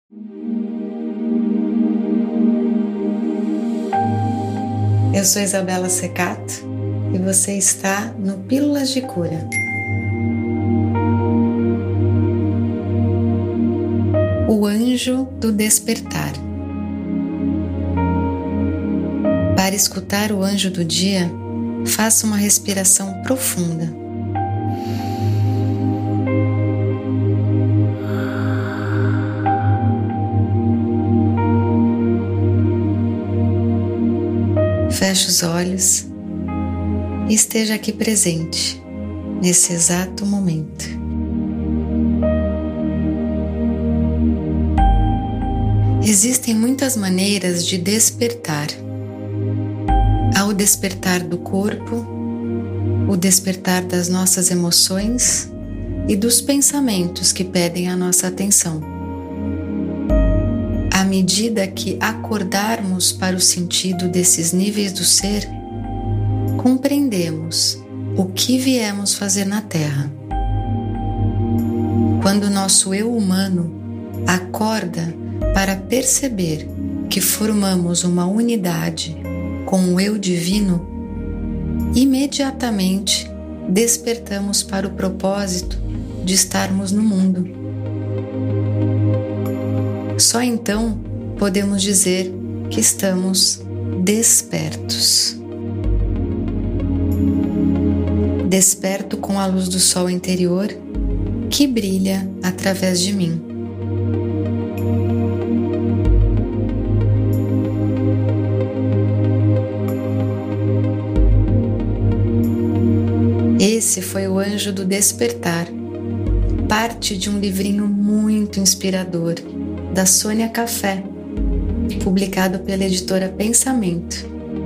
Eu sou Isabela Secato e você está no Pílulas de Cura. O anjo do despertar. Para escutar o anjo do dia, faça uma respiração profunda. Feche os olhos e esteja aqui presente, nesse exato momento. Existem muitas maneiras de despertar. Há o despertar do corpo, o despertar das nossas emoções e dos pensamentos que pedem a nossa atenção. À medida que acordarmos para o sentido desses níveis do ser, compreendemos o que viemos fazer na Terra. Quando o nosso eu humano acorda para perceber que formamos uma unidade com o eu divino, imediatamente despertamos para o propósito de estarmos no mundo. Só então podemos dizer que estamos despertos. Desperto com a luz do sol interior que brilha através de mim. Esse foi o Anjo do Despertar, parte de um livrinho muito inspirador da Sônia Café, publicado pela editora Pensamento.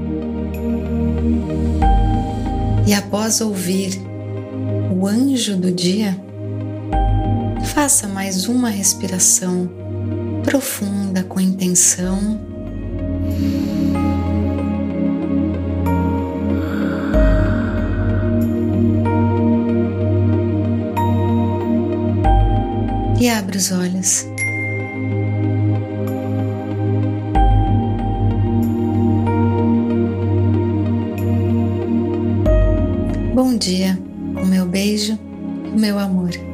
E após ouvir o anjo do dia, faça mais uma respiração profunda com intenção. E abre os olhos. Bom dia, o meu beijo e o meu amor.